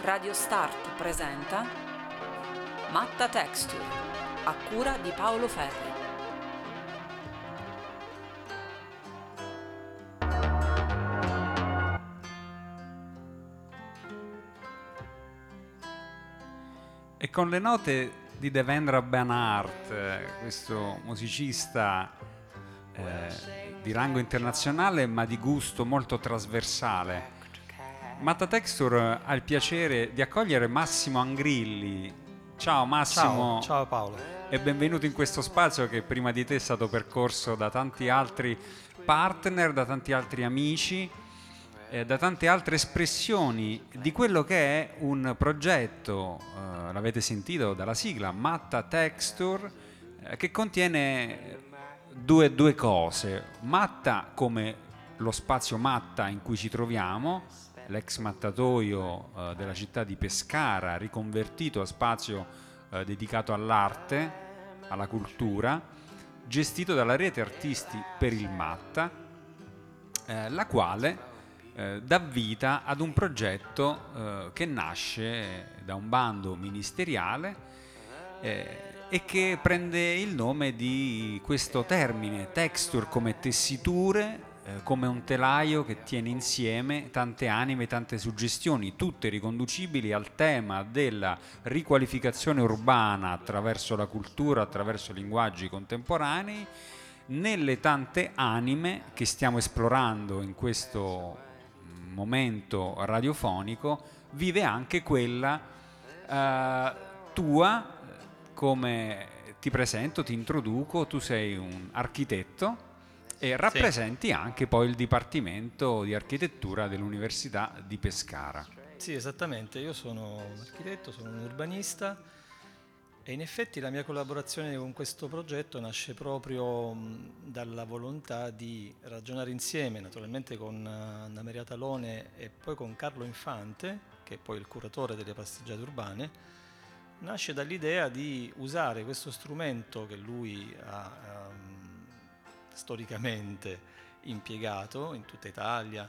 Radio Start presenta Matta Texture, a cura di Paolo Ferri. E con le note di Devendra Banhart, questo musicista di rango internazionale ma di gusto molto trasversale, Matta Texture ha il piacere di accogliere Massimo Angrilli. Ciao Massimo. Ciao Paolo. E benvenuto in questo spazio che prima di te è stato percorso da tanti altri partner, da tanti altri amici, da tante altre espressioni di quello che è un progetto, l'avete sentito dalla sigla, Matta Texture, che contiene due cose. Matta come lo spazio Matta in cui ci troviamo, l'ex mattatoio della città di Pescara, riconvertito a spazio dedicato all'arte, alla cultura, gestito dalla rete Artisti per il Matta, la quale dà vita ad un progetto che nasce da un bando ministeriale e che prende il nome di questo termine, texture, come tessiture, come un telaio che tiene insieme tante anime, tante suggestioni, tutte riconducibili al tema della riqualificazione urbana attraverso la cultura, attraverso linguaggi contemporanei, nelle tante anime che stiamo esplorando in questo momento radiofonico. Vive anche quella tua. Come ti presento, ti introduco, tu sei un architetto e rappresenti anche poi il Dipartimento di Architettura dell'Università di Pescara. Sì, esattamente, io sono un architetto, sono un urbanista e in effetti la mia collaborazione con questo progetto nasce proprio dalla volontà di ragionare insieme, naturalmente con Anna Maria Talone e poi con Carlo Infante, che è poi il curatore delle passeggiate urbane. Nasce dall'idea di usare questo strumento che lui ha storicamente impiegato in tutta Italia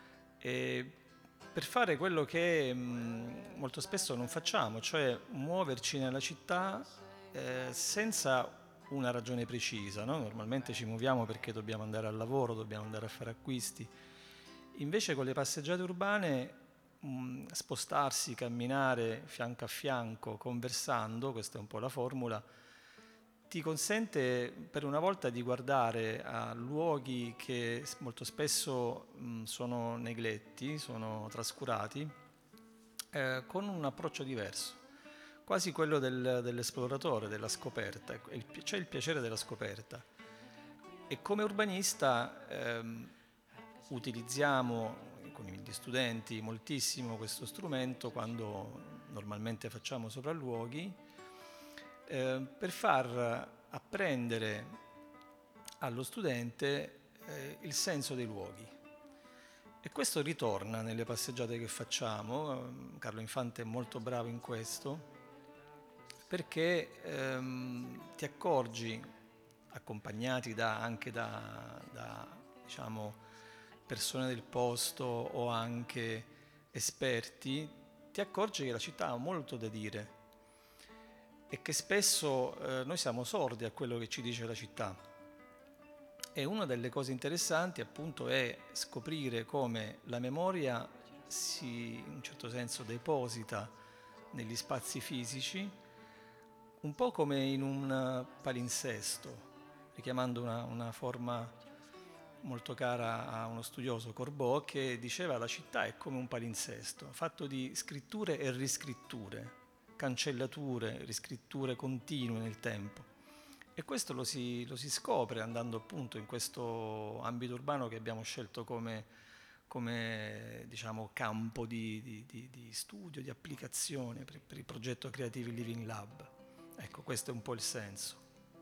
e per fare quello che molto spesso non facciamo, cioè muoverci nella città senza una ragione precisa, no? Normalmente ci muoviamo perché dobbiamo andare al lavoro, dobbiamo andare a fare acquisti. Invece con le passeggiate urbane spostarsi, camminare fianco a fianco, conversando, questa è un po' la formula, ti consente per una volta di guardare a luoghi che molto spesso sono negletti, sono trascurati, con un approccio diverso, quasi quello dell'esploratore, della scoperta, c'è il piacere della scoperta. E come urbanista utilizziamo con gli studenti moltissimo questo strumento quando normalmente facciamo sopralluoghi per far apprendere allo studente il senso dei luoghi. E questo ritorna nelle passeggiate che facciamo. Carlo Infante è molto bravo in questo perché ti accorgi, accompagnati anche da diciamo persone del posto o anche esperti, ti accorgi che la città ha molto da dire e che spesso noi siamo sordi a quello che ci dice la città. E una delle cose interessanti appunto è scoprire come la memoria si in un certo senso deposita negli spazi fisici, un po' come in un palinsesto, richiamando una forma molto cara a uno studioso, Corbeau, che diceva la città è come un palinsesto, fatto di scritture e riscritture, cancellature, riscritture continue nel tempo. E questo lo si scopre andando appunto in questo ambito urbano che abbiamo scelto come diciamo, campo di studio, di applicazione per il progetto Creative Living Lab. Ecco, questo è un po' il senso.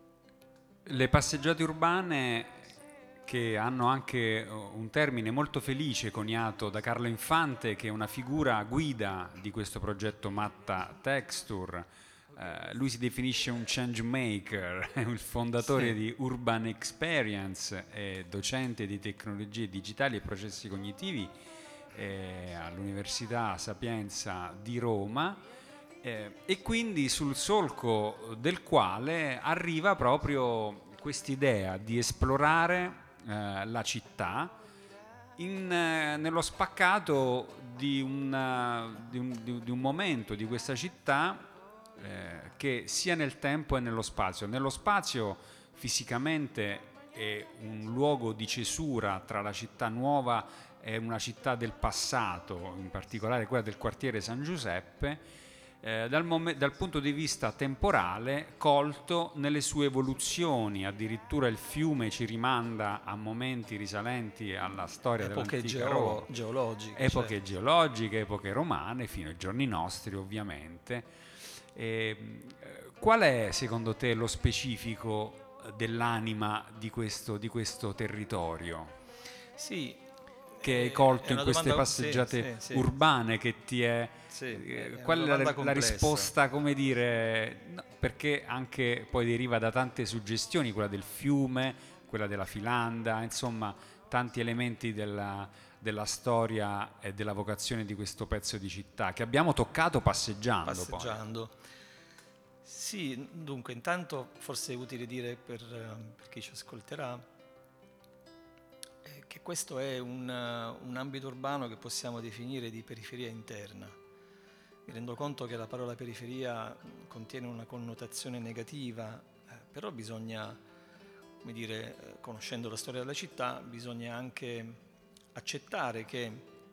Le passeggiate urbane, che hanno anche un termine molto felice coniato da Carlo Infante, che è una figura guida di questo progetto Matta Texture. Lui si definisce un change maker, è il fondatore di Urban Experience, è docente di tecnologie digitali e processi cognitivi all'Università Sapienza di Roma, e quindi sul solco del quale arriva proprio quest'idea di esplorare la città nello spaccato di un momento di questa città che sia nel tempo e nello spazio. Nello spazio fisicamente è un luogo di cesura tra la città nuova e una città del passato, in particolare quella del quartiere San Giuseppe, dal punto di vista temporale colto nelle sue evoluzioni. Addirittura il fiume ci rimanda a momenti risalenti alla storia dell'antica Roma, geologiche, epoche certo. geologiche, epoche romane, fino ai giorni nostri ovviamente. Qual è secondo te lo specifico dell'anima di questo territorio Sì, che hai colto è in una queste domanda, passeggiate sì, urbane che ti è... sì, è una qual è domanda la complessa. risposta, come dire, no, perché anche poi deriva da tante suggestioni, quella del fiume, quella della filanda, insomma tanti elementi della storia e della vocazione di questo pezzo di città che abbiamo toccato passeggiando. Sì, dunque, intanto forse è utile dire per chi ci ascolterà che questo è un ambito urbano che possiamo definire di periferia interna. Mi rendo conto che la parola periferia contiene una connotazione negativa, però bisogna, come dire, conoscendo la storia della città, bisogna anche accettare che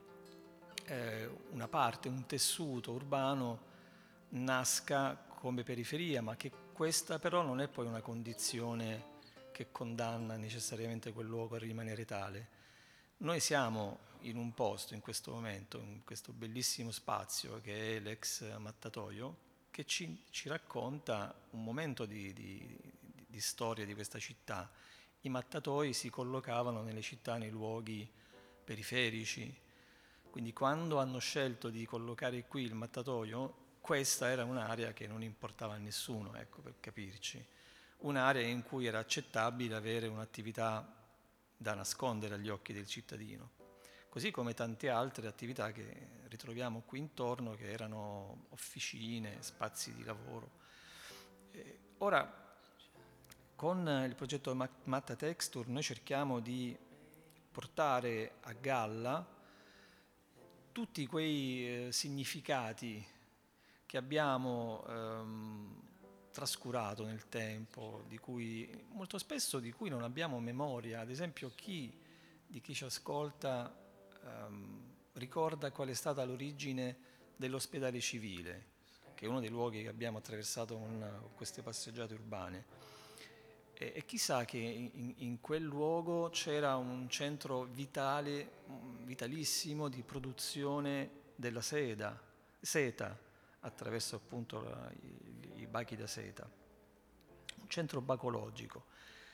una parte, un tessuto urbano nasca come periferia, ma che questa però non è poi una condizione che condanna necessariamente quel luogo a rimanere tale. Noi siamo in un posto in questo momento, in questo bellissimo spazio che è l'ex mattatoio, che ci racconta un momento di storia di questa città. I mattatoi si collocavano nelle città, nei luoghi periferici, quindi quando hanno scelto di collocare qui il mattatoio, questa era un'area che non importava a nessuno, ecco, per capirci. Un'area in cui era accettabile avere un'attività da nascondere agli occhi del cittadino, così come tante altre attività che ritroviamo qui intorno, che erano officine, spazi di lavoro. Ora, con il progetto Matta Texture noi cerchiamo di portare a galla tutti quei significati che abbiamo trascurato nel tempo, di cui molto spesso non abbiamo memoria. Ad esempio, chi ci ascolta ricorda qual è stata l'origine dell'ospedale civile, che è uno dei luoghi che abbiamo attraversato con queste passeggiate urbane. E chissà che in quel luogo c'era un centro vitalissimo di produzione della seta attraverso appunto i bachi da seta, un centro bacologico.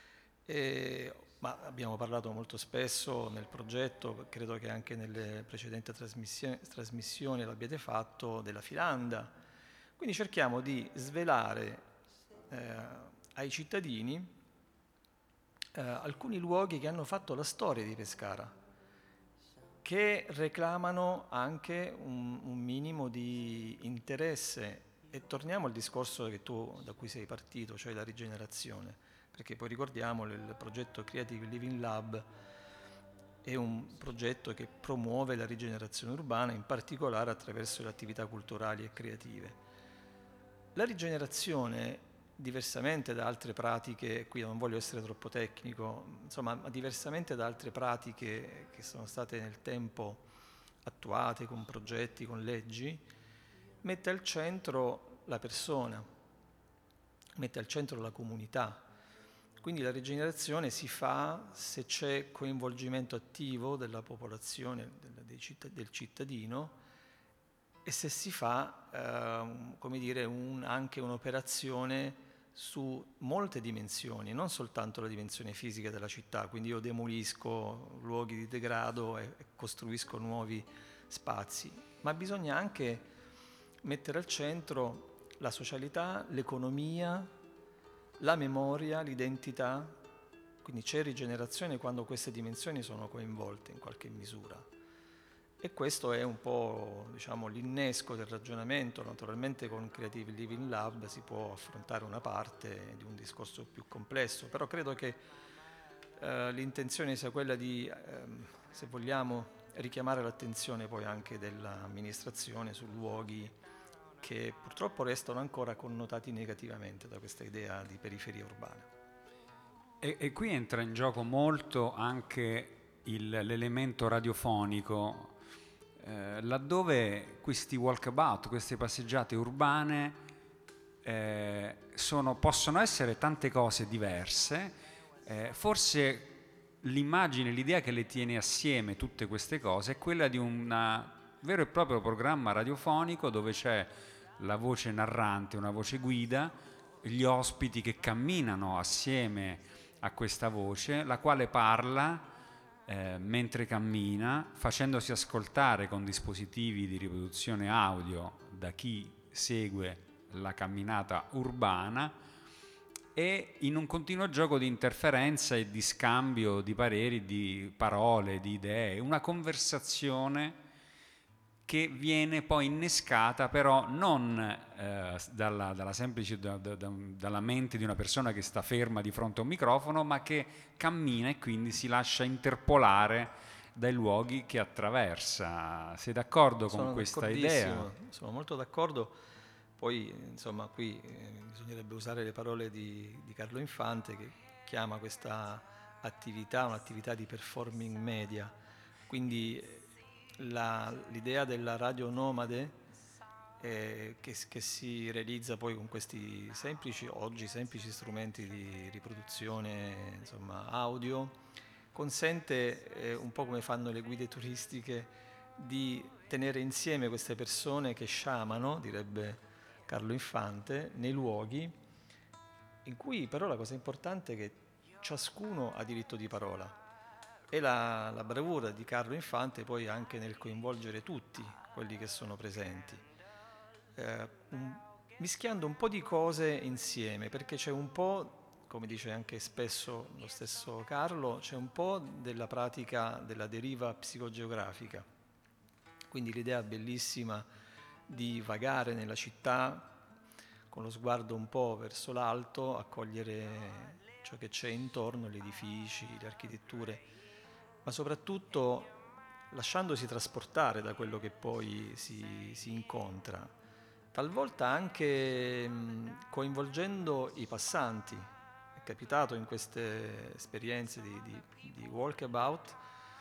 Ma abbiamo parlato molto spesso nel progetto, credo che anche nelle precedenti trasmissioni l'abbiate fatto, della filanda. Quindi cerchiamo di svelare ai cittadini alcuni luoghi che hanno fatto la storia di Pescara, che reclamano anche un minimo di interesse. E torniamo al discorso da cui sei partito, cioè la rigenerazione, perché poi ricordiamo il progetto Creative Living Lab è un progetto che promuove la rigenerazione urbana, in particolare attraverso le attività culturali e creative. La rigenerazione, diversamente da altre pratiche, qui non voglio essere troppo tecnico, insomma, ma diversamente da altre pratiche che sono state nel tempo attuate con progetti, con leggi, mette al centro la persona, mette al centro la comunità. Quindi la rigenerazione si fa se c'è coinvolgimento attivo della popolazione, del cittadino, e se si fa, come dire, anche un'operazione su molte dimensioni, non soltanto la dimensione fisica della città, quindi io demolisco luoghi di degrado e costruisco nuovi spazi, ma bisogna anche mettere al centro la socialità, l'economia, la memoria, l'identità. Quindi c'è rigenerazione quando queste dimensioni sono coinvolte in qualche misura. E questo è un po', diciamo, l'innesco del ragionamento. Naturalmente con Creative Living Lab si può affrontare una parte di un discorso più complesso, però credo che l'intenzione sia quella di, se vogliamo, richiamare l'attenzione poi anche dell'amministrazione su luoghi che purtroppo restano ancora connotati negativamente da questa idea di periferia urbana. E qui entra in gioco molto anche l'elemento radiofonico, laddove questi walkabout, queste passeggiate urbane possono essere tante cose diverse, forse l'immagine, l'idea che le tiene assieme tutte queste cose è quella di un vero e proprio programma radiofonico dove c'è la voce narrante, una voce guida, gli ospiti che camminano assieme a questa voce, la quale parla mentre cammina, facendosi ascoltare con dispositivi di riproduzione audio da chi segue la camminata urbana, e in un continuo gioco di interferenza e di scambio di pareri, di parole, di idee, una conversazione che viene poi innescata però non dalla semplice dalla mente di una persona che sta ferma di fronte a un microfono, ma che cammina e quindi si lascia interpolare dai luoghi che attraversa. Sei d'accordo con questa idea? Sono molto d'accordo. Poi, insomma, qui bisognerebbe usare le parole di Carlo Infante, che chiama questa attività un'attività di performing media. Quindi l'idea della radio nomade che si realizza poi con questi oggi semplici strumenti di riproduzione, insomma, audio, consente, un po' come fanno le guide turistiche, di tenere insieme queste persone che sciamano, direbbe Carlo Infante, nei luoghi in cui però la cosa importante è che ciascuno ha diritto di parola. E la bravura di Carlo Infante poi anche nel coinvolgere tutti quelli che sono presenti, mischiando un po' di cose insieme, perché c'è un po', come dice anche spesso lo stesso Carlo, c'è un po' della pratica della deriva psicogeografica, quindi l'idea bellissima di vagare nella città con lo sguardo un po' verso l'alto, accogliere ciò che c'è intorno, gli edifici, le architetture, ma soprattutto lasciandosi trasportare da quello che poi si incontra, talvolta anche coinvolgendo i passanti. È capitato in queste esperienze di walkabout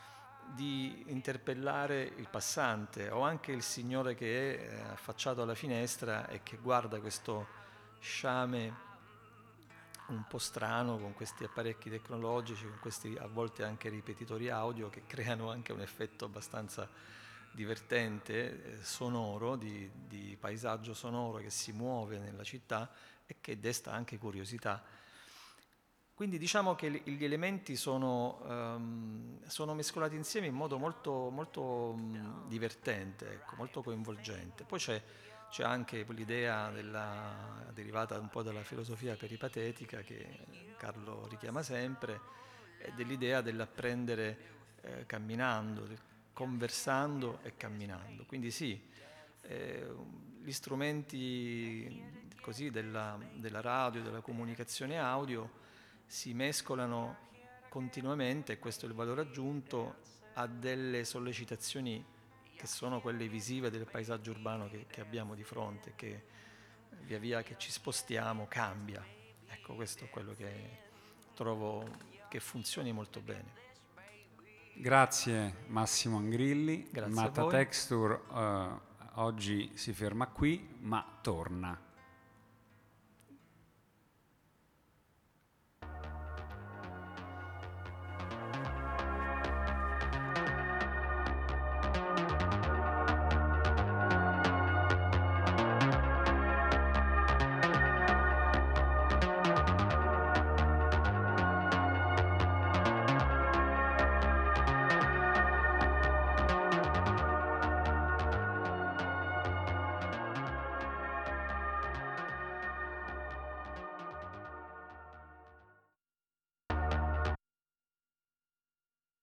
di interpellare il passante o anche il signore che è affacciato alla finestra e che guarda questo sciame un po' strano, con questi apparecchi tecnologici, con questi a volte anche ripetitori audio che creano anche un effetto abbastanza divertente, sonoro, di paesaggio sonoro che si muove nella città e che desta anche curiosità. Quindi diciamo che gli elementi sono mescolati insieme in modo molto, molto divertente, ecco, molto coinvolgente. Poi c'è anche l'idea derivata un po' dalla filosofia peripatetica che Carlo richiama sempre, dell'idea dell'apprendere camminando, conversando e camminando. Quindi sì, gli strumenti così della radio, della comunicazione audio si mescolano continuamente, e questo è il valore aggiunto, a delle sollecitazioni che sono quelle visive del paesaggio urbano che abbiamo di fronte, che via via che ci spostiamo cambia. Ecco, questo è quello che trovo che funzioni molto bene. Grazie Massimo Angrilli. Grazie Matta a voi. Texture oggi si ferma qui, ma torna.